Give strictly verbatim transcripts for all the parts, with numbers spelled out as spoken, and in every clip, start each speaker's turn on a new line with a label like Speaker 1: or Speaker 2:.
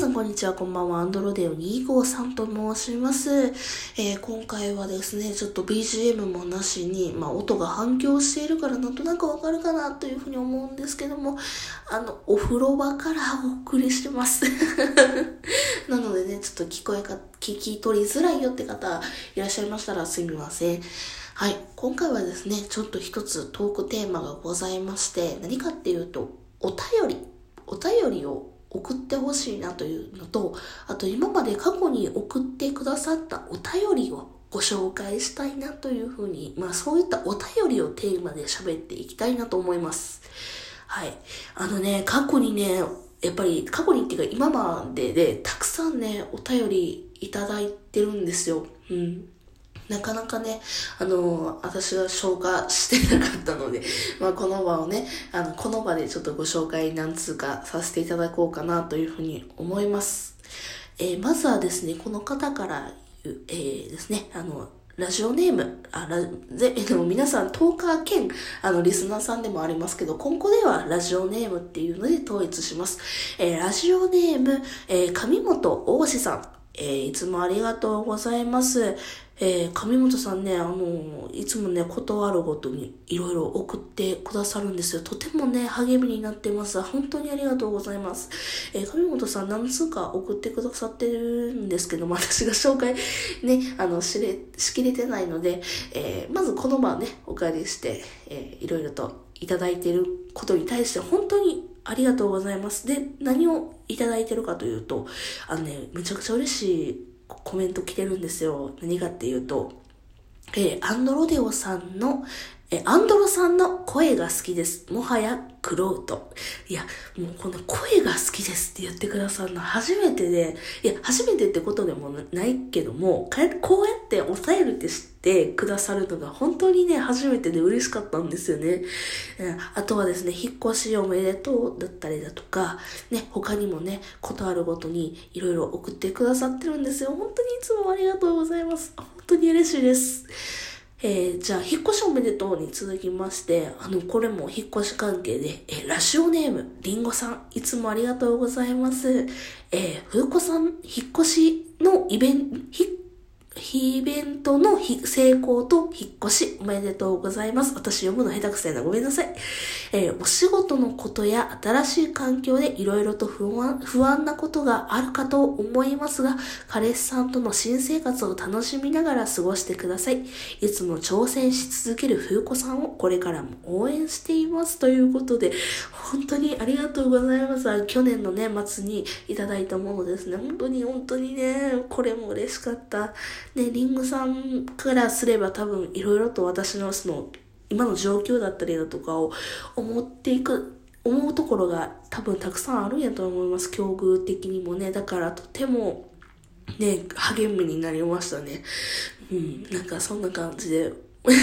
Speaker 1: さんこんにちは、こんばんは。アンドロデオにひゃくごじゅうさんと申します。えー、今回はですね、ちょっと ビージーエム もなしに、まあ音が反響しているからなんとなくわかるかなというふうに思うんですけども、あの、お風呂場からお送りしてます。なのでね、ちょっと聞こえか、聞き取りづらいよって方いらっしゃいましたらすみません。はい。今回はですね、ちょっと一つトークテーマがございまして、何かっていうと、お便り、お便りを送ってほしいなというのと、あと今まで過去に送ってくださったお便りをご紹介したいなというふうに、まあそういったお便りをテーマで喋っていきたいなと思います。はい。あのね、過去にね、やっぱり過去にっていうか今まででたくさんね、お便りいただいてるんですよ。うん。なかなかね、あの、私が消化してなかったので、まあこの場をね、あの、この場でちょっとご紹介何通かさせていただこうかなというふうに思います。えー、まずはですね、この方から、えー、ですね、あの、ラジオネーム、あ、ラ、ぜ、でも皆さんトーカー兼、あの、リスナーさんでもありますけど、今後ではラジオネームっていうので統一します。えー、ラジオネーム、えー、上本大志さん。えー、いつもありがとうございます。えー、上本さんね、あの、いつもね、ことあるごとにいろいろ送ってくださるんですよ。とてもね、励みになってます。本当にありがとうございます。えー、上本さん何通か送ってくださってるんですけども、私が紹介ね、あの、しれ、しきれてないので、えー、まずこの場をね、お借りして、えー、いろいろといただいていることに対して本当にありがとうございます。で、何をいただいてるかというと、あのね、めちゃくちゃ嬉しいコメント来てるんですよ。何かっていうと、えー、アンドロデオさんの、えー、アンドロさんの声が好きです。もはやクロート。いや、もうこの声が好きですって言ってくださるの初めてで、いや、初めてってことでもないけども、こうやってお便りって知ってくださるのが本当にね、初めてで嬉しかったんですよね。あとはですね、引っ越しおめでとうだったりだとか、ね、他にもね、ことあるごとにいろいろ送ってくださってるんですよ。本当にいつもありがとうございます。本当に嬉しいです。えー、じゃあ、引っ越しおめでとうに続きまして、あの、これも引っ越し関係で、えー、ラジオネーム、りんごさん、いつもありがとうございます。えー、ふうこさん、引っ越しのイベント、イベントの成功と引っ越しおめでとうございます。私読むの下手くそやな。ごめんなさい。えー、お仕事のことや新しい環境でいろいろと不安、不安なことがあるかと思いますが、彼氏さんとの新生活を楽しみながら過ごしてください。いつも挑戦し続ける風子さんをこれからも応援しています。ということで、本当にありがとうございます。去年のね、末にいただいたものですね。本当に本当にね、これも嬉しかった。ね、リングさんからすれば多分いろいろと私のその今の状況だったりだとかを思っていく、思うところが多分たくさんあるんやと思います。境遇的にもね。だからとてもね、励みになりましたね。うん、なんかそんな感じで。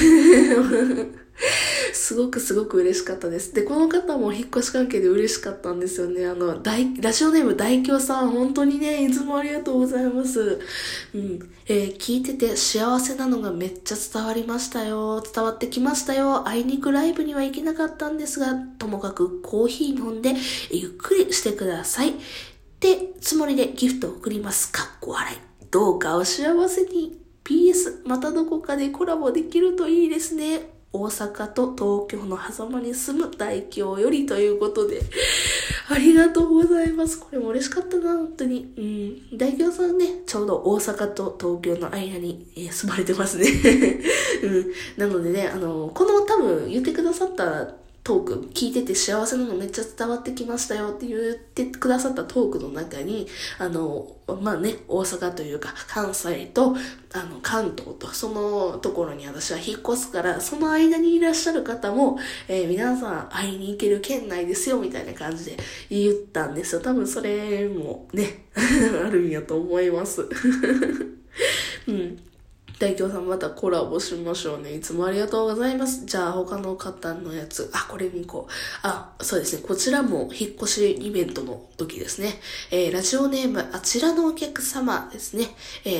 Speaker 1: すごくすごく嬉しかったです。で、この方も引っ越し関係で嬉しかったんですよね。あの、大、ラジオネーム大京さん、本当にね、いつもありがとうございます。うん。えー、聞いてて幸せなのがめっちゃ伝わりましたよ。伝わってきましたよ。あいにくライブには行けなかったんですが、ともかくコーヒー飲んで、ゆっくりしてください。ってつもりでギフトを送ります。かっこ笑い。どうかお幸せに。ピーエス、またどこかでコラボできるといいですね。大阪と東京の狭間に住む大京よりということで、ありがとうございます。これも嬉しかったな、本当に。うん。大京さんね、ちょうど大阪と東京の間に、えー、住まれてますね。うん。なのでね、あの、この多分言ってくださったトーク聞いてて幸せなのめっちゃ伝わってきましたよって言ってくださったトークの中に、あの、まあね、大阪というか関西とあの関東とそのところに私は引っ越すから、その間にいらっしゃる方も、えー、皆さん会いに行ける県内ですよみたいな感じで言ったんですよ。多分それもね、あるんやと思います。うん。大京さんまたコラボしましょうね。いつもありがとうございます。じゃあ他の方のやつ。あ、これに行こう。あ、そうですね。こちらも引っ越しイベントの時ですね。えー、ラジオネームあちらのお客様ですね。えー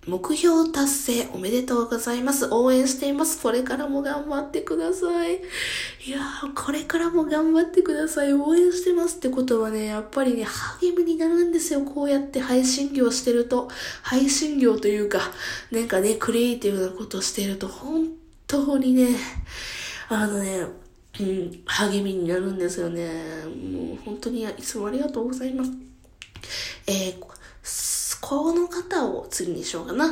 Speaker 1: 目標達成おめでとうございます。応援しています。これからも頑張ってください。いやー、これからも頑張ってください。応援してますってことはね、やっぱりね、励みになるんですよ。こうやって配信業してると。配信業というか、なんかね、クリエイティブなことしてると、本当にね、あのね、うん、励みになるんですよね。もう本当にいつもありがとうございます。えー、この方を次にしようかな。うん、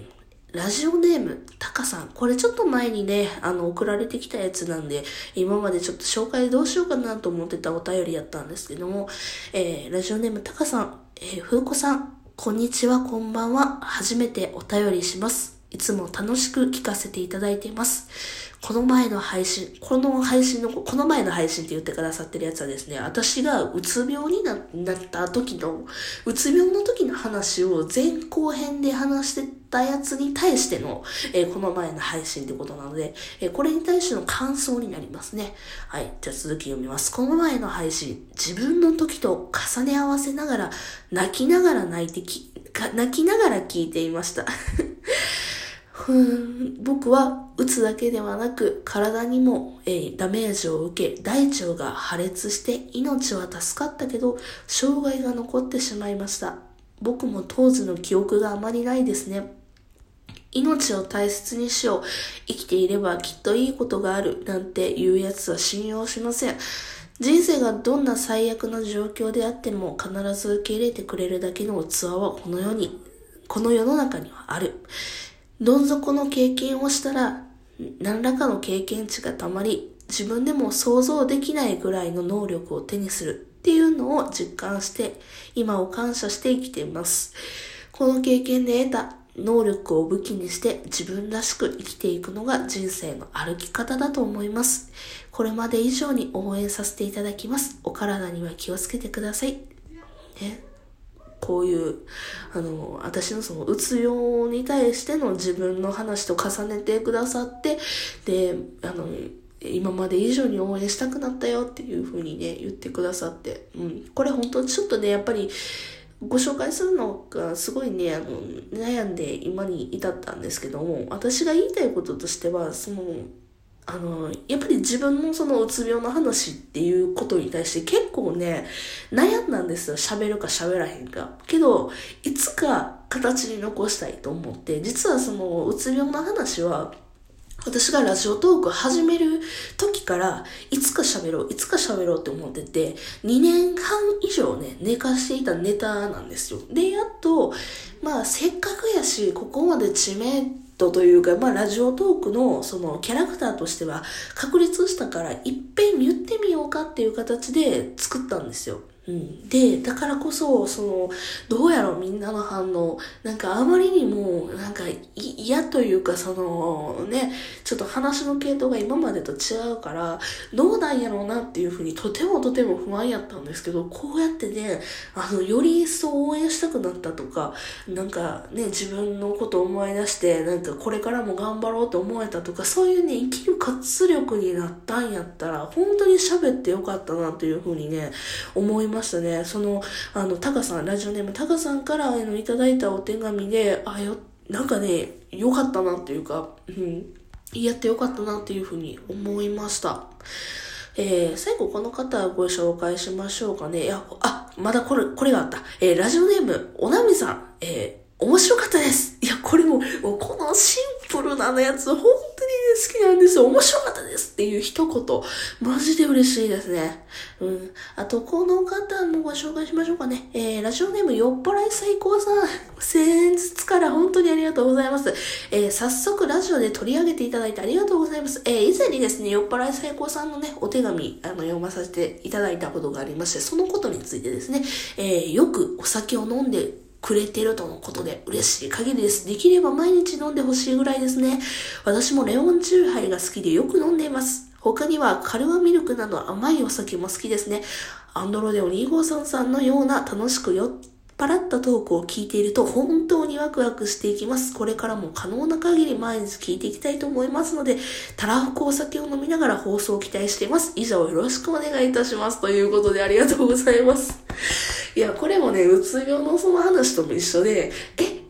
Speaker 1: ラジオネーム、タカさん。これちょっと前にね、あの、送られてきたやつなんで、今までちょっと紹介どうしようかなと思ってたお便りやったんですけども、えー、ラジオネーム、タカさん、えー、ふうこさん、こんにちは、こんばんは。初めてお便りします。いつも楽しく聞かせていただいています。この前の配信、この配信の、この前の配信って言ってくださってるやつはですね、私がうつ病に な, なった時の、うつ病の時の話を前後編で話してたやつに対しての、えー、この前の配信ってことなので、えー、これに対しての感想になりますね。はい。じゃあ続き読みます。この前の配信、自分の時と重ね合わせながら、泣きながら泣いてき、泣きながら聞いていました。ふーん僕はうつだけではなく体にも、えー、ダメージを受け大腸が破裂して命は助かったけど障害が残ってしまいました。僕も当時の記憶があまりないですね。命を大切にしよう。生きていればきっといいことがあるなんていうやつは信用しません。人生がどんな最悪な状況であっても必ず受け入れてくれるだけの器はこの世に、この世の中にはある。どん底の経験をしたら何らかの経験値がたまり自分でも想像できないぐらいの能力を手にするっていうのを実感して今を感謝して生きています。この経験で得た能力を武器にして自分らしく生きていくのが人生の歩き方だと思います。これまで以上に応援させていただきます。お体には気をつけてください。ね。こういう、あの、私のその、うつ病に対しての自分の話と重ねてくださって、で、あの、今まで以上に応援したくなったよっていう風にね、言ってくださって、うん。これ本当ちょっとね、やっぱり、ご紹介するのがすごいね、あの、悩んで今に至ったんですけども、私が言いたいこととしては、その、あの、やっぱり自分のそのうつ病の話っていうことに対して結構ね、悩んだんですよ。喋るか喋らへんか。けど、いつか形に残したいと思って、実はそのうつ病の話は、私がラジオトーク始める時から、いつか喋ろう、いつか喋ろうって思ってて、にねんはん以上ね、寝かしていたネタなんですよ。で、やっと、まあ、せっかくやし、ここまで知名度というか、まあ、ラジオトークの、その、キャラクターとしては、確立したから、いっぺん言ってみようかっていう形で作ったんですよ。うん、で、だからこそ、その、どうやろうみんなの反応。なんかあまりにも、なんか嫌というか、その、ね、ちょっと話の系統が今までと違うから、どうなんやろうなっていうふうにとてもとても不安やったんですけど、こうやってね、あの、より一層応援したくなったとか、なんかね、自分のことを思い出して、なんかこれからも頑張ろうと思えたとか、そういうね、生きる活力になったんやったら、本当に喋ってよかったなというふうにね、思います。ましたね。その、あの、タカさん、ラジオネームタカさんからあのいただいたお手紙で、あ、よ、なんかね、良かったなっていうか、うん、やってよかったなっていうふうに思いました。えー、最後この方ご紹介しましょうかね。いや、あ、まだこれ、これがあった。えー、ラジオネーム、おなみさん、えー、面白かったです。いや、これも、もうこのシンプルなやつ、本当に、ね、好きなんですよ。面白かったですっていう一言。マジで嬉しいですね。うん。あと、この方もご紹介しましょうかね。えー、ラジオネーム、酔っ払い最高さん。先日から本当にありがとうございます。えー、早速ラジオで取り上げていただいてありがとうございます。えー、以前にですね、酔っ払い最高さんのね、お手紙、あの、読まさせていただいたことがありまして、そのことについてですね、えー、よくお酒を飲んで、くれてるとのことで嬉しい限りです。できれば毎日飲んでほしいぐらいですね。私もレモンチューハイが好きでよく飲んでいます。他にはカルワミルクなど甘いお酒も好きですね。アンドロデオにごさんさんのような楽しく酔っ払ったトークを聞いていると本当にワクワクしていきます。これからも可能な限り毎日聞いていきたいと思いますので、たらふくお酒を飲みながら放送を期待しています。以上よろしくお願いいたします。ということでありがとうございます。いや、これもね、うつ病のその話とも一緒で、え、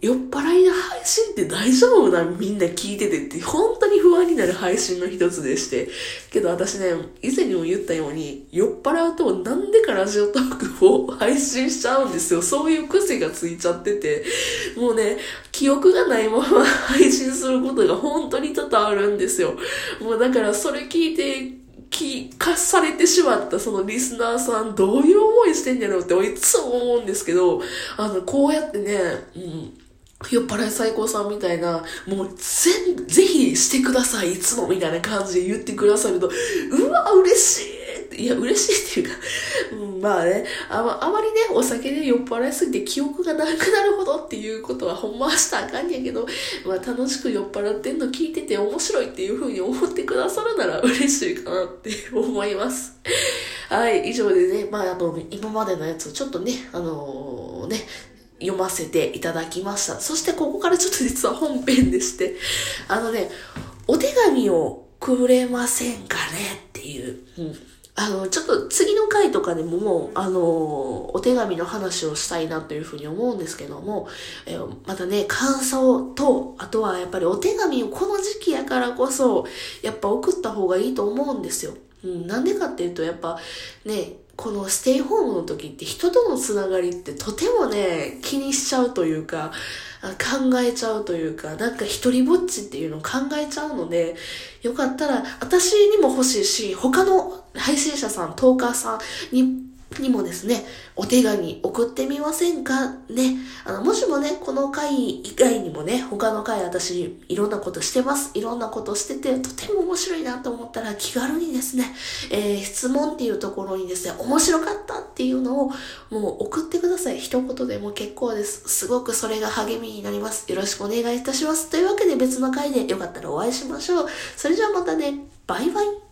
Speaker 1: 酔っ払いの配信って大丈夫なみんな聞いててって本当に不安になる配信の一つでして。けど私ね、以前にも言ったように、酔っ払うとなんでかラジオトークを配信しちゃうんですよ。そういう癖がついちゃってて。もうね、記憶がないまま配信することが本当に多々あるんですよ。もうだからそれ聞いて、聞かされてしまったそのリスナーさんどういう思いしてんやろうっていつも思うんですけど、あの、こうやってね、うん、酔っ払い最高さんみたいな、もうぜ、ぜひしてください、いつもみたいな感じで言ってくださると、うわ、嬉しいいや、嬉しいっていうか、うん、まあね、あま、あまりね、お酒で酔っ払いすぎて記憶がなくなるほどっていうことはほんまはしたらあかんやけど、まあ楽しく酔っ払ってんの聞いてて面白いっていう風に思ってくださるなら嬉しいかなって思います。はい、以上でね、まああの、今までのやつをちょっとね、あのー、ね、読ませていただきました。そしてここからちょっと実は本編でして、あのね、お手紙をくれませんかねっていう、うんあの、ちょっと次の回とかでももう、あの、お手紙の話をしたいなというふうに思うんですけども、えー、またね、感想と、あとはやっぱりお手紙をこの時期やからこそ、やっぱ送った方がいいと思うんですよ。うん、なんでかっていうと、やっぱね、このステイホームの時って人とのつながりってとてもね、気にしちゃうというか、考えちゃうというか、なんか一人ぼっちっていうのを考えちゃうので、よかったら私にも欲しいし、他の配信者さん、トーカーさんに、にもですね、お手紙送ってみませんかね。あの、もしもね、この回以外にもね、他の回私いろんなことしてます。いろんなことしてて、とても面白いなと思ったら気軽にですね、えー、質問っていうところにですね、面白かったっていうのをもう送ってください。一言でも結構です。すごくそれが励みになります。よろしくお願いいたします。というわけで別の回でよかったらお会いしましょう。それじゃあまたね、バイバイ。